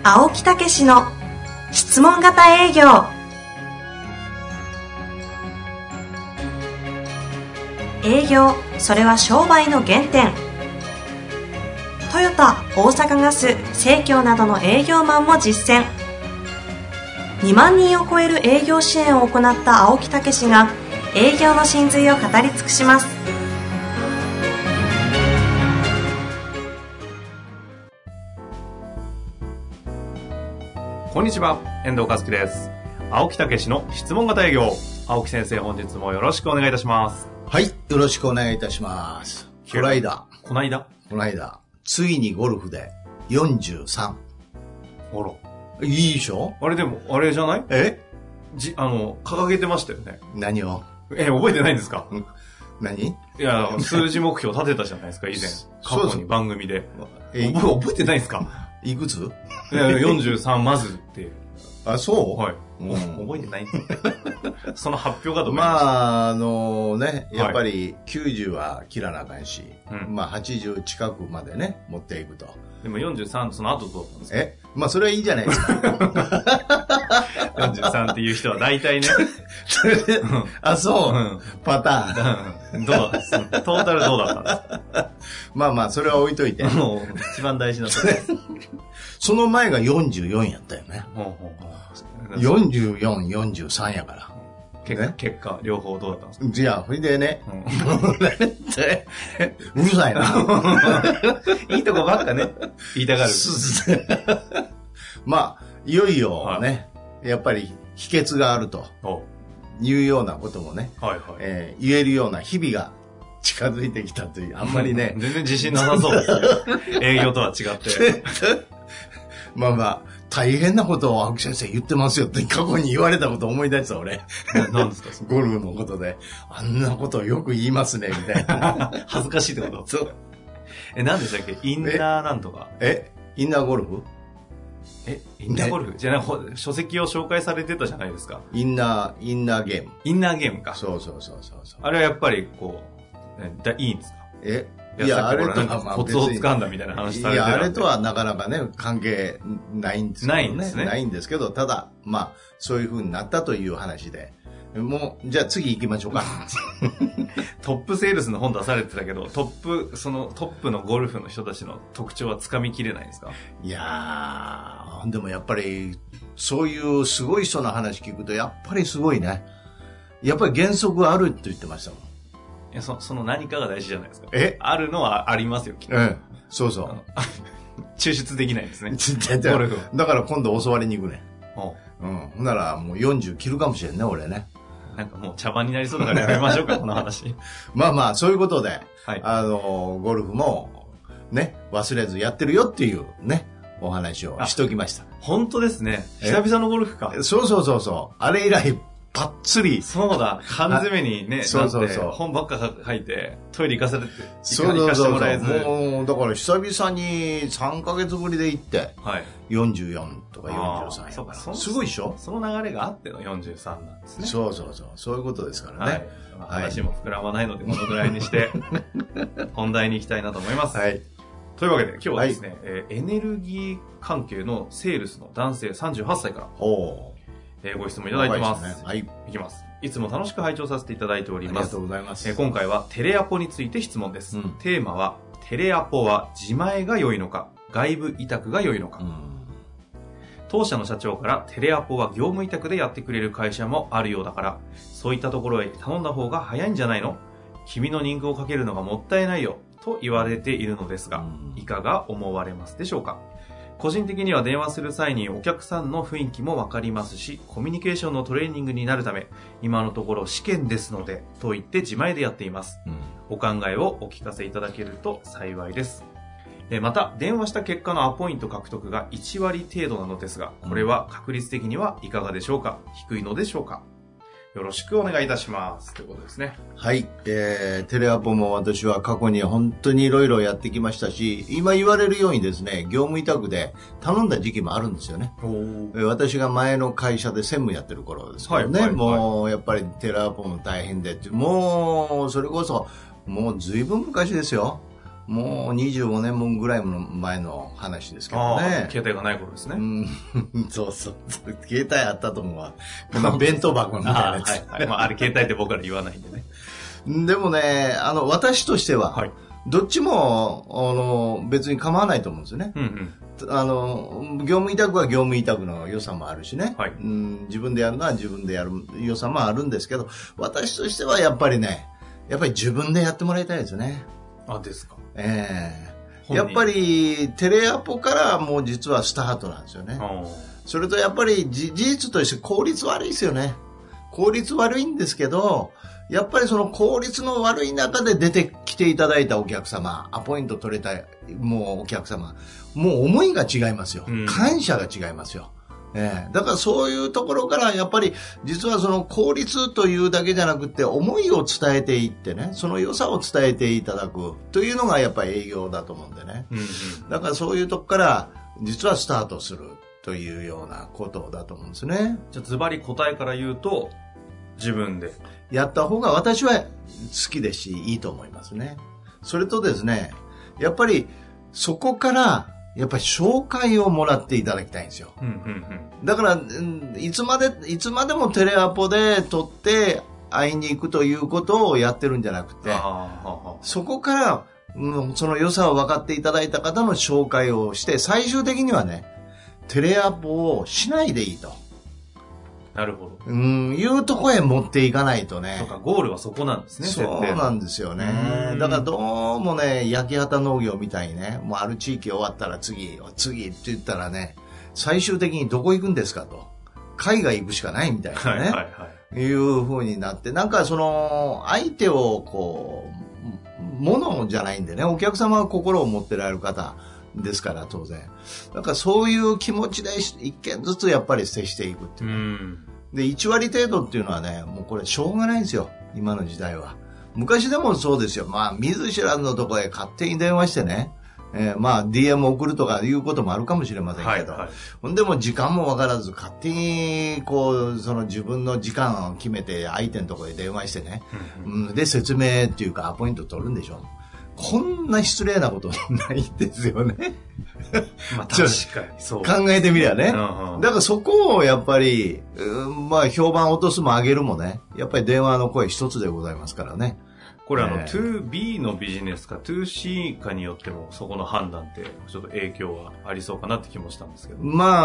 青木武の質問型営業。営業、それは商売の原点。トヨタ、大阪ガス、生協などの営業マンも実践。2万人を超える営業支援を行った青木武が営業の真髄を語り尽くします。 こんにちは、遠藤和樹です。青木武の質問型営業。青木先生、本日もよろしくお願いいたします。 はい、よろしくお願いいたします。この間、ついにゴルフで43。 あら。 いいでしょ？ あれでも、あれじゃない？掲げてましたよね。 何を？ 覚えてないんですか？ 何？ いや、数字目標立てたじゃないですか、以前。過去に番組で。覚えてないですか？ いくつ？ いや、43まずって。 あ、そう？ はい。覚えてないんだ。その発表がどうまあ、やっぱり90は切らなあかんし、まあ80近くまでね、持っていくと。 でも43、その後どうなんですか？ まあそれはいいじゃないですか。 43っていう人は大体ね。 それで、そう、パターン。 どうだったトータルどうだったんですか？ まあ、それは置いといて。 もう、一番大事なところです。 その前が44やったよね。44、43やから。 結果、両方どうだったんですか？ じゃあ、ほいでね、うるさいな。 いいとこばっかね、言いたがる。 まあ、いよいよね、やっぱり秘訣があるというようなこともね、言えるような日々が近づいてきたという、あんまりね。 全然自信なさそうですね。営業とは違って。 まあ、大変なことを青木先生言ってますよって過去に言われたことを思い出した、俺。 何ですか？ ゴルフのことで。あんなことをよく言いますね、みたいな。 恥ずかしいってこと？そう。何でしたっけ？インナーなんとか。 インナーゴルフ？ インナーゴルフ？じゃあ、書籍を紹介されてたじゃないですか。 インナーゲーム。 インナーゲームか。 そう。 あれはやっぱりいいんですか？ いや、あれとはコツを掴んだみたいな話されてた。 いや、あれとはなかなかね、関係ないんですけどね。 ないんですね。 ないんですけど、ただ、まあ、そういう風になったという話で。もう、じゃあ次行きましょうか。 トップセールスの本出されてたけど、トップのゴルフの人たちの特徴は掴みきれないんですか？ いやー、でもやっぱり、そういうすごい人の話聞くと、やっぱりすごいね。やっぱり原則があるって言ってましたもん。 その何かが大事じゃないですか。あるのはありますよ、きっと。 そうそう。 抽出できないんですね。 ゴルフ。だから今度教わりに行くね。ほんならもう40切るかもしれんね、俺ね。 なんかもう茶番になりそうだからやめましょうか、この話。 まあ、そういうことで、ゴルフもね、忘れずやってるよっていうね、お話をしときました。 本当ですね。久々のゴルフか。 そう。あれ以来、パッツリ。 そうだ、缶詰にね、 そう。 本ばっか書いて、トイレ行かせて、 行かしてもらえず。 もう、だから久々に3ヶ月ぶりで行って、44とか43やから。すごいでしょ？ その流れがあっての43なんですね。 そう。そういうことですからね。 話も膨らまないので、このぐらいにして、本題に行きたいなと思います。というわけで、今日はですね、エネルギー関係のセールスの男性38歳から、ご質問いただいてます。いきます。いつも楽しく拝聴させていただいております。 ありがとうございます。 今回はテレアポについて質問です。テーマは、テレアポは自前が良いのか、外部委託が良いのか。当社の社長からテレアポは業務委託でやってくれる会社もあるようだから、そういったところへ頼んだ方が早いんじゃないの？君の人気をかけるのがもったいないよ、と言われているのですが、いかが思われますでしょうか？個人的には電話する際にお客さんの雰囲気もわかりますし、コミュニケーションのトレーニングになるため、今のところ試験ですので、と言って自前でやっています。お考えをお聞かせいただけると幸いです。また、電話した結果のアポイント獲得が1割程度なのですが、これは確率的にはいかがでしょうか？低いのでしょうか？よろしくお願いいたします。ということですね。 はい。テレアポも私は過去に本当にいろいろやってきましたし、今言われるようにですね、業務委託で頼んだ時期もあるんですよね。私が前の会社で専務やってる頃ですけどね、もうやっぱりテレアポも大変でって、もうそれこそ、もう随分昔ですよ。 もう25年分ぐらい前の話ですけどね。 携帯がない頃ですね。 そう。携帯あったと思うわ。弁当箱みたいなやつ。 あれ携帯って僕ら言わないんでね。 でもね、私としては、どっちも、別に構わないと思うんですよね。業務委託は業務委託の良さもあるしね、自分でやるのは自分でやる良さもあるんですけど、私としてはやっぱり自分でやってもらいたいですね。 ですか。 やっぱりテレアポからもう実はスタートなんですよね。それとやっぱり事実として効率悪いですよね。効率悪いんですけど、やっぱりその効率の悪い中で出てきていただいたお客様、アポイント取れたもうお客様、もう思いが違いますよ。感謝が違いますよ。だからそういうところからやっぱり実はその効率というだけじゃなくて思いを伝えていってね、その良さを伝えていただくというのがやっぱり営業だと思うんでね。だからそういうとこから実はスタートするというようなことだと思うんですね。 じゃあズバリ答えから言うと、自分でやった方が私は好きですしいいと思いますね。それとですね、やっぱりそこからやっぱり紹介をもらっていただきたいんですよ。だからいつまでもテレアポで取って会いに行くということをやってるんじゃなくて、そこからその良さを分かっていただいた方の紹介をして、最終的にはね、テレアポをしないでいいと。 なるほど。 いうとこへ持っていかないとね。 そうか、ゴールはそこなんですね。 そうなんですよね。だからどうもね、焼き畑農業みたいにね、もうある地域終わったら次って言ったらね、最終的にどこ行くんですかと。海外行くしかないみたいなね。いう風になって、なんかその、相手をこう、物じゃないんでね、お客様は心を持ってられる方ですから当然。だからそういう気持ちで一件ずつやっぱり接していくっていう。で、1割程度っていうのはね、もうこれしょうがないんですよ。今の時代は。昔でもそうですよ。見ず知らずのところへ勝手に電話してね。DM 送るとかいうこともあるかもしれませんけど。ほんでも時間もわからず勝手にその自分の時間を決めて相手のところへ電話してね。で、説明っていうかアポイント取るんでしょ。こんな失礼なことないですよね。 確かにそう。 考えてみりゃね。だからそこをやっぱり、評判落とすも上げるもね、やっぱり電話の声一つでございますからね。 これ2B のビジネスか 2C かによってもそこの判断ってちょっと影響はありそうかなって気もしたんですけど。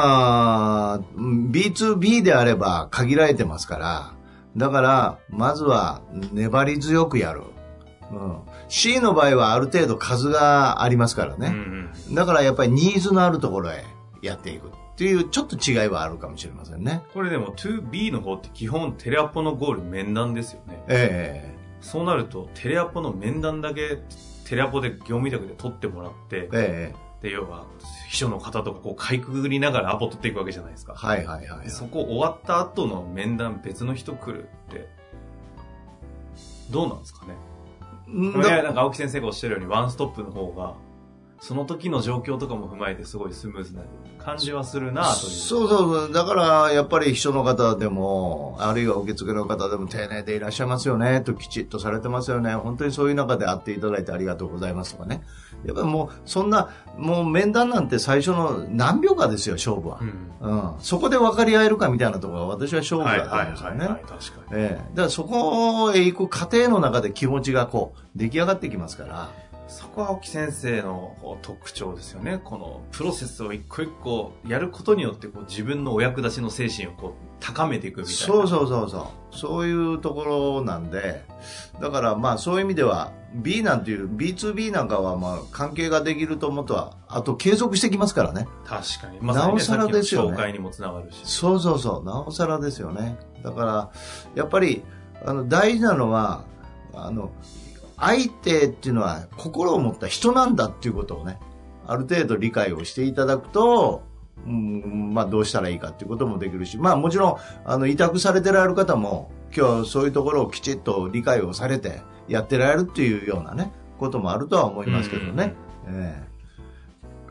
B2B であれば限られてますから、だからまずは粘り強くやる。C の場合はある程度数がありますからね。だからやっぱりニーズのあるところへやっていくっていうちょっと違いはあるかもしれませんね。 これでも 2B の方って基本テレアポのゴール面談ですよね。そうなるとテレアポの面談だけテレアポで業務委託で取ってもらって、で要は秘書の方とかこうかいくぐりながらアポ取っていくわけじゃないですか。そこ終わった後の面談別の人来るってどうなんですかね。なんか青木先生がおっしゃるようにワンストップの方がその時の状況とかも踏まえてすごいスムーズな感じはするなという。 そうだからやっぱり秘書の方でもあるいは受付の方でも丁寧でいらっしゃいますよねと、きちっとされてますよね、本当にそういう中で会っていただいてありがとうございますとかね。やっぱりもうそんなもう面談なんて最初の何秒かですよ、勝負は。そこで分かり合えるかみたいなところが私は勝負だと思うんですよね。確かに。だからそこへ行く過程の中で気持ちがこう出来上がってきますから。 そこは青木先生の特徴ですよね。このプロセスを一個一個やることによって自分のお役立ちの精神を高めていくみたいな。そういうところなんで、だからそういう意味では B なんていう B2B なんかは関係ができると思うとは、あと継続してきますからね。 確かに。 なおさらですよね。 紹介にもつながるし。 なおさらですよね。だからやっぱり大事なのは相手っていうのは心を持った人なんだっていうことをね、ある程度理解をしていただくと、どうしたらいいかっていうこともできるし、もちろん委託されてられる方も今日そういうところをきちっと理解をされてやってられるっていうようなねこともあるとは思いますけどね。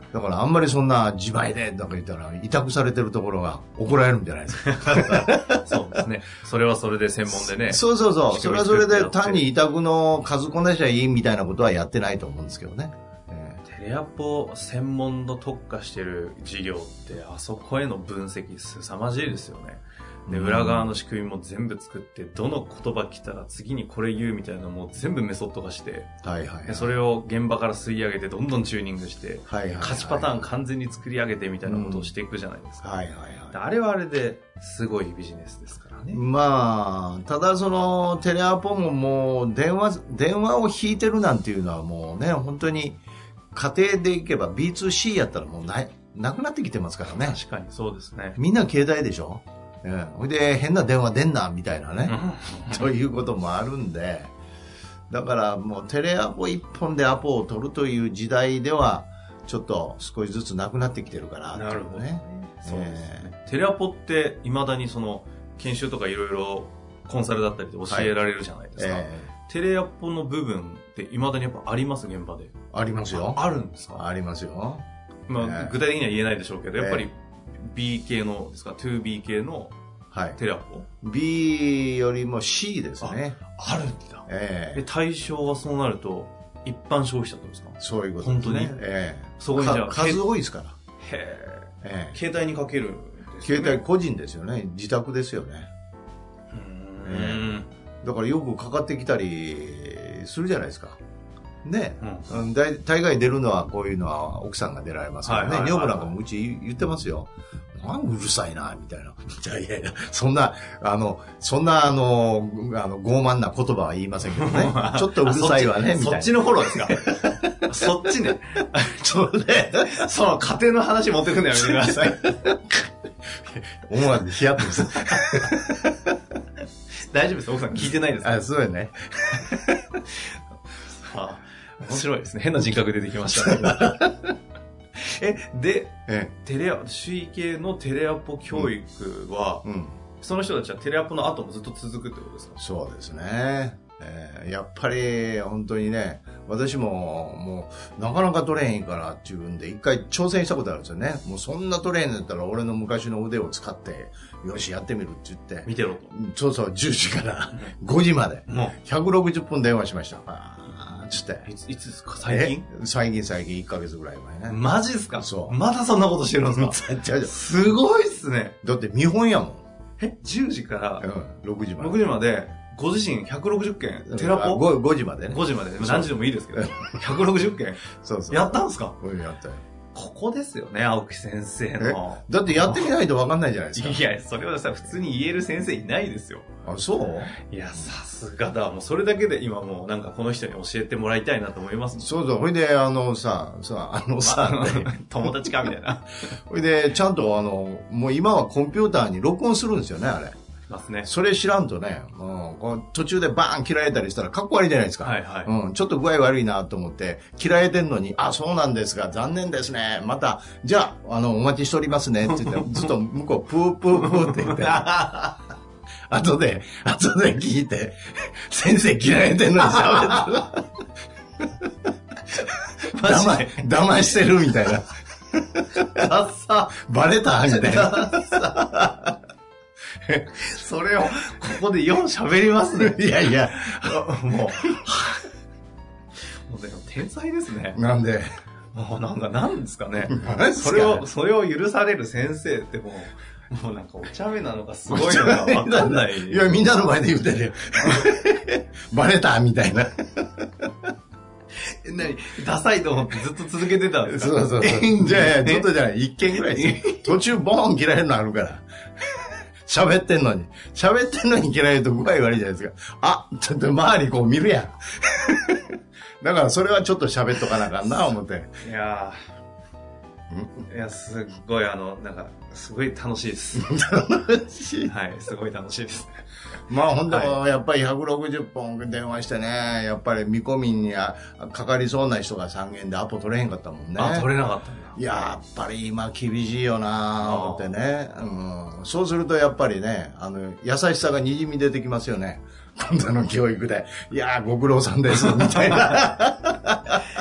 だからあんまりそんな自前でとか言ったら委託されてるところが怒られるんじゃないですか。 そうですね。それはそれで専門でね。 そう。それはそれで単に委託の数こなしゃいいみたいなことはやってないと思うんですけどね。 テレアポ専門の特化してる事業ってあそこへの分析凄まじいですよね。で、裏側の仕組みも全部作って、どの言葉来たら次にこれ言うみたいなのも全部メソッド化して、でそれを現場から吸い上げてどんどんチューニングして、勝ちパターン完全に作り上げてみたいなことをしていくじゃないですか。あれはあれですごいビジネスですからね。 まあ、ただそのテレアポももう電話を引いてるなんていうのはもうね、本当に家庭でいけば B2C やったらもうなくなってきてますからね。 確かにそうですね。 みんな携帯でしょ。ほいで変な電話出んなみたいなねということもあるんで、だからもうテレアポ一本でアポを取るという時代ではちょっと少しずつなくなってきてるからなるほどね。そうですね。テレアポって未だにその研修とかいろいろコンサルだったりで教えられるじゃないですか。テレアポの部分って未だにやっぱあります？現場で。 ありますよ。 あるんですか？ ありますよ。 まあ具体的には言えないでしょうけど、やっぱりB 系のですか 2B 系のテレアポ、 B よりも C ですね。 あるんだ。対象はそうなると一般消費者ってことですか？ そういうことですね。 本当に、そこにじゃあ数多いですから。 携帯にかけるんですね。携帯個人ですよね。自宅ですよね。だからよくかかってきたりするじゃないですか。ね、大概出るのはこういうのは奥さんが出られますからね。女房なんかもうち言ってますよ。なんうるさいなみたいな。いやそんな傲慢な言葉は言いませんけどね。ちょっとうるさいわねみたいな。 そっちのフォローですか？そっちね。ちょっとね、その家庭の話持ってくんのやめてください。 思わずヒヤッとする。 大丈夫です。奥さん聞いてないですか？ そうよね。 面白いですね。変な人格出てきましたね。で、首位系のテレアポ教育は、その人たちはテレアポの後もずっと続くってことですか？ そうですね。やっぱり本当にね、私ももうなかなか取れへんからっていうんで一回挑戦したことあるんですよね。もうそんな取れへんだったら俺の昔の腕を使ってよしやってみるって言って見てろと。そう10時から5時まで160分電話しました。つっていつですか？最近 1ヶ月ぐらい前ね。 マジですか？ そう。 まだそんなことしてるんですか？すごいっすね。 だって見本やもん。 10時から 6時まで。 6時までご自身160件テレアポ 5時までね。 5時まで。何時でもいいですけど。160件そうやったんすか？ やったよ。 ここですよね、青木先生の。 だってやってみないと分かんないじゃないですか。 いや、それはさ、普通に言える先生いないですよ。 あ、そう？ いや、さすがだ。もうそれだけで今もうなんかこの人に教えてもらいたいなと思います。 そう。ほいで、友達かみたいな。 ほいで、ちゃんともう今はコンピューターに録音するんですよね、あれ。 ますね。 それ知らんとね、途中でバーン切られたりしたらかっこ悪いじゃないですか。ちょっと具合悪いなと思って切られてんのに、あ、そうなんですが残念ですね。またじゃあお待ちしておりますねって言ってずっと向こうプープープーって言って後で聞いて先生切られてんのに喋って騙してるみたいな。バレたみたいな。 それをここで4喋りますね。 いやもうでも天才ですね。 なんでもうなんですかね。それを許される先生ってもうなんかお茶目なのかすごいのか分かんない。 いやみんなの前で言ってるよ。バレたみたいな。 ダサいと思ってずっと続けてたんですか？ そう。じゃあずっとじゃない、1件ぐらいですよ。途中ボーン切られるのあるから。喋ってんのに切られると具合悪いじゃないですか。あ、ちょっと周りこう見るやん。だからそれはちょっと喋っとかなあかんな思って。 いやすっごいなんかすごい楽しいです。 楽しい。 はい、すごい楽しいです。 まあ本当やっぱり160本電話してね、やっぱり見込みにかかりそうな人が3件でアポ取れへんかったもんね。 取れなかったんだ。 やっぱり今厳しいよな思ってね。そうするとやっぱりね、優しさがにじみ出てきますよね。今度の教育で。いやーご苦労さんですみたいな。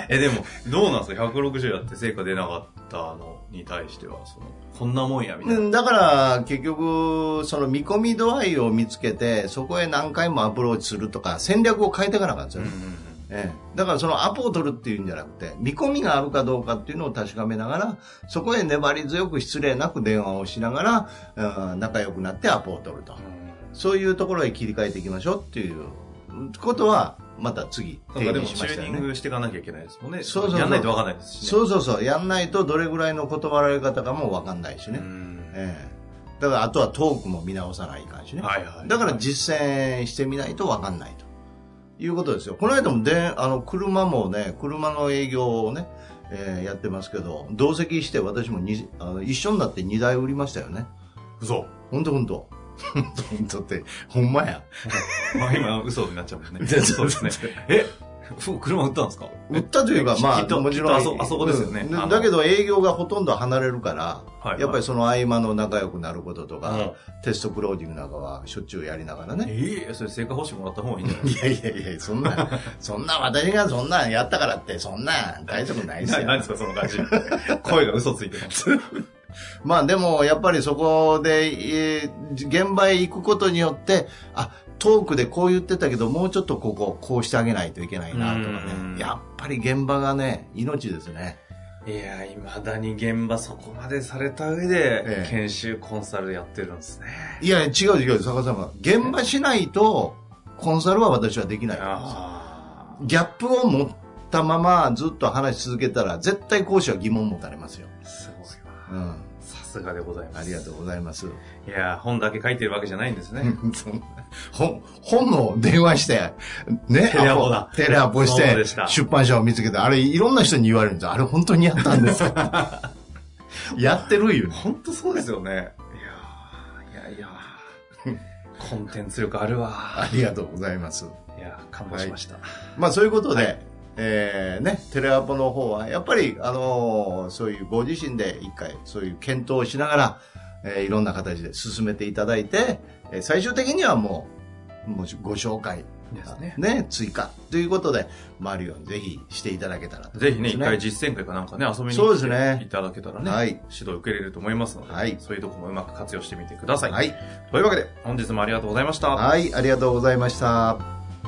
でも、どうなんですか ?160 やって成果出なかったのに対しては、こんなもんや、みたいな。 だから、結局、その見込み度合いを見つけて、そこへ何回もアプローチするとか、戦略を変えていかなかったんですよね。だからそのアポを取るっていうんじゃなくて、見込みがあるかどうかっていうのを確かめながら、そこへ粘り強く失礼なく電話をしながら、仲良くなってアポを取ると。そういうところへ切り替えていきましょうっていうことは、また次、 提言しましたよね。チューニングしていかなきゃいけないですもんね。 そうそうそう。 やんないと分かんないですしね。 そう。やんないとどれぐらいの断られ方かも分かんないしね。だからあとはトークも見直さないかんしね。だから実践してみないと分かんないということですよ。この間も車もね、車の営業をね、やってますけど、同席して私も一緒になって2台売りましたよね。 嘘。 ほんと。だって、ほんまや。 今、嘘になっちゃうもんね。そうですね。車売ったんですか？ 売ったというか、まあ、もちろん。 あそこですよね。 だけど営業がほとんど離れるから、やっぱりその合間の仲良くなることとか、テストクロージングなんかはしょっちゅうやりながらね。 それ成果報酬もらった方がいいんじゃないですか？ いや、そんな、私がそんなんやったからって、そんな、大丈夫ないですよ。 何ですか、その感じ。声が嘘ついてます。 まあでもやっぱりそこで、現場へ行くことによってトークでこう言ってたけどもうちょっとこうしてあげないといけないなとかね、やっぱり現場がね命ですね。 いや未だに現場そこまでされた上で、研修コンサルやってるんですね。 いや違う坂さんが現場しないとコンサルは私はできないんです。ギャップを持ったままずっと話し続けたら絶対講師は疑問持たれますよ。 すごいわ。さすがでございます。 ありがとうございます。いや本だけ書いてるわけじゃないんですね。 本も電話して、ね。テレアポして、出版社を見つけて、あれいろんな人に言われるんですよ。あれ本当にやったんですか？やってるよ。 本当そうですよね。いやコンテンツ力あるわ。 ありがとうございます。 いや感動しました。 まあそういうことで、テレアポの方はやっぱりそういうご自身で一回そういう検討をしながら、いろんな形で進めていただいて、最終的にはもうご紹介ですね、追加ということで回るようにぜひしていただけたらと、 ぜひね一回実践会かなんかね遊びに来ていただけたらね、指導受けれると思いますので、そういうところもうまく活用してみてください。というわけで本日もありがとうございました。 ありがとうございました。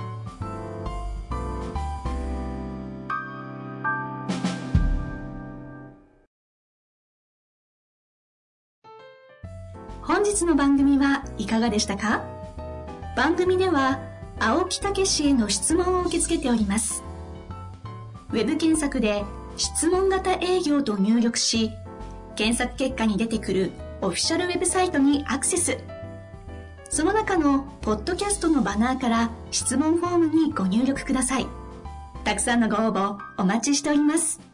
本日の番組はいかがでしたか？番組では青木武氏への質問を受け付けております。ウェブ検索で質問型営業と入力し、検索結果に出てくるオフィシャルウェブサイトにアクセス。その中のポッドキャストのバナーから質問フォームにご入力ください。たくさんのご応募お待ちしております。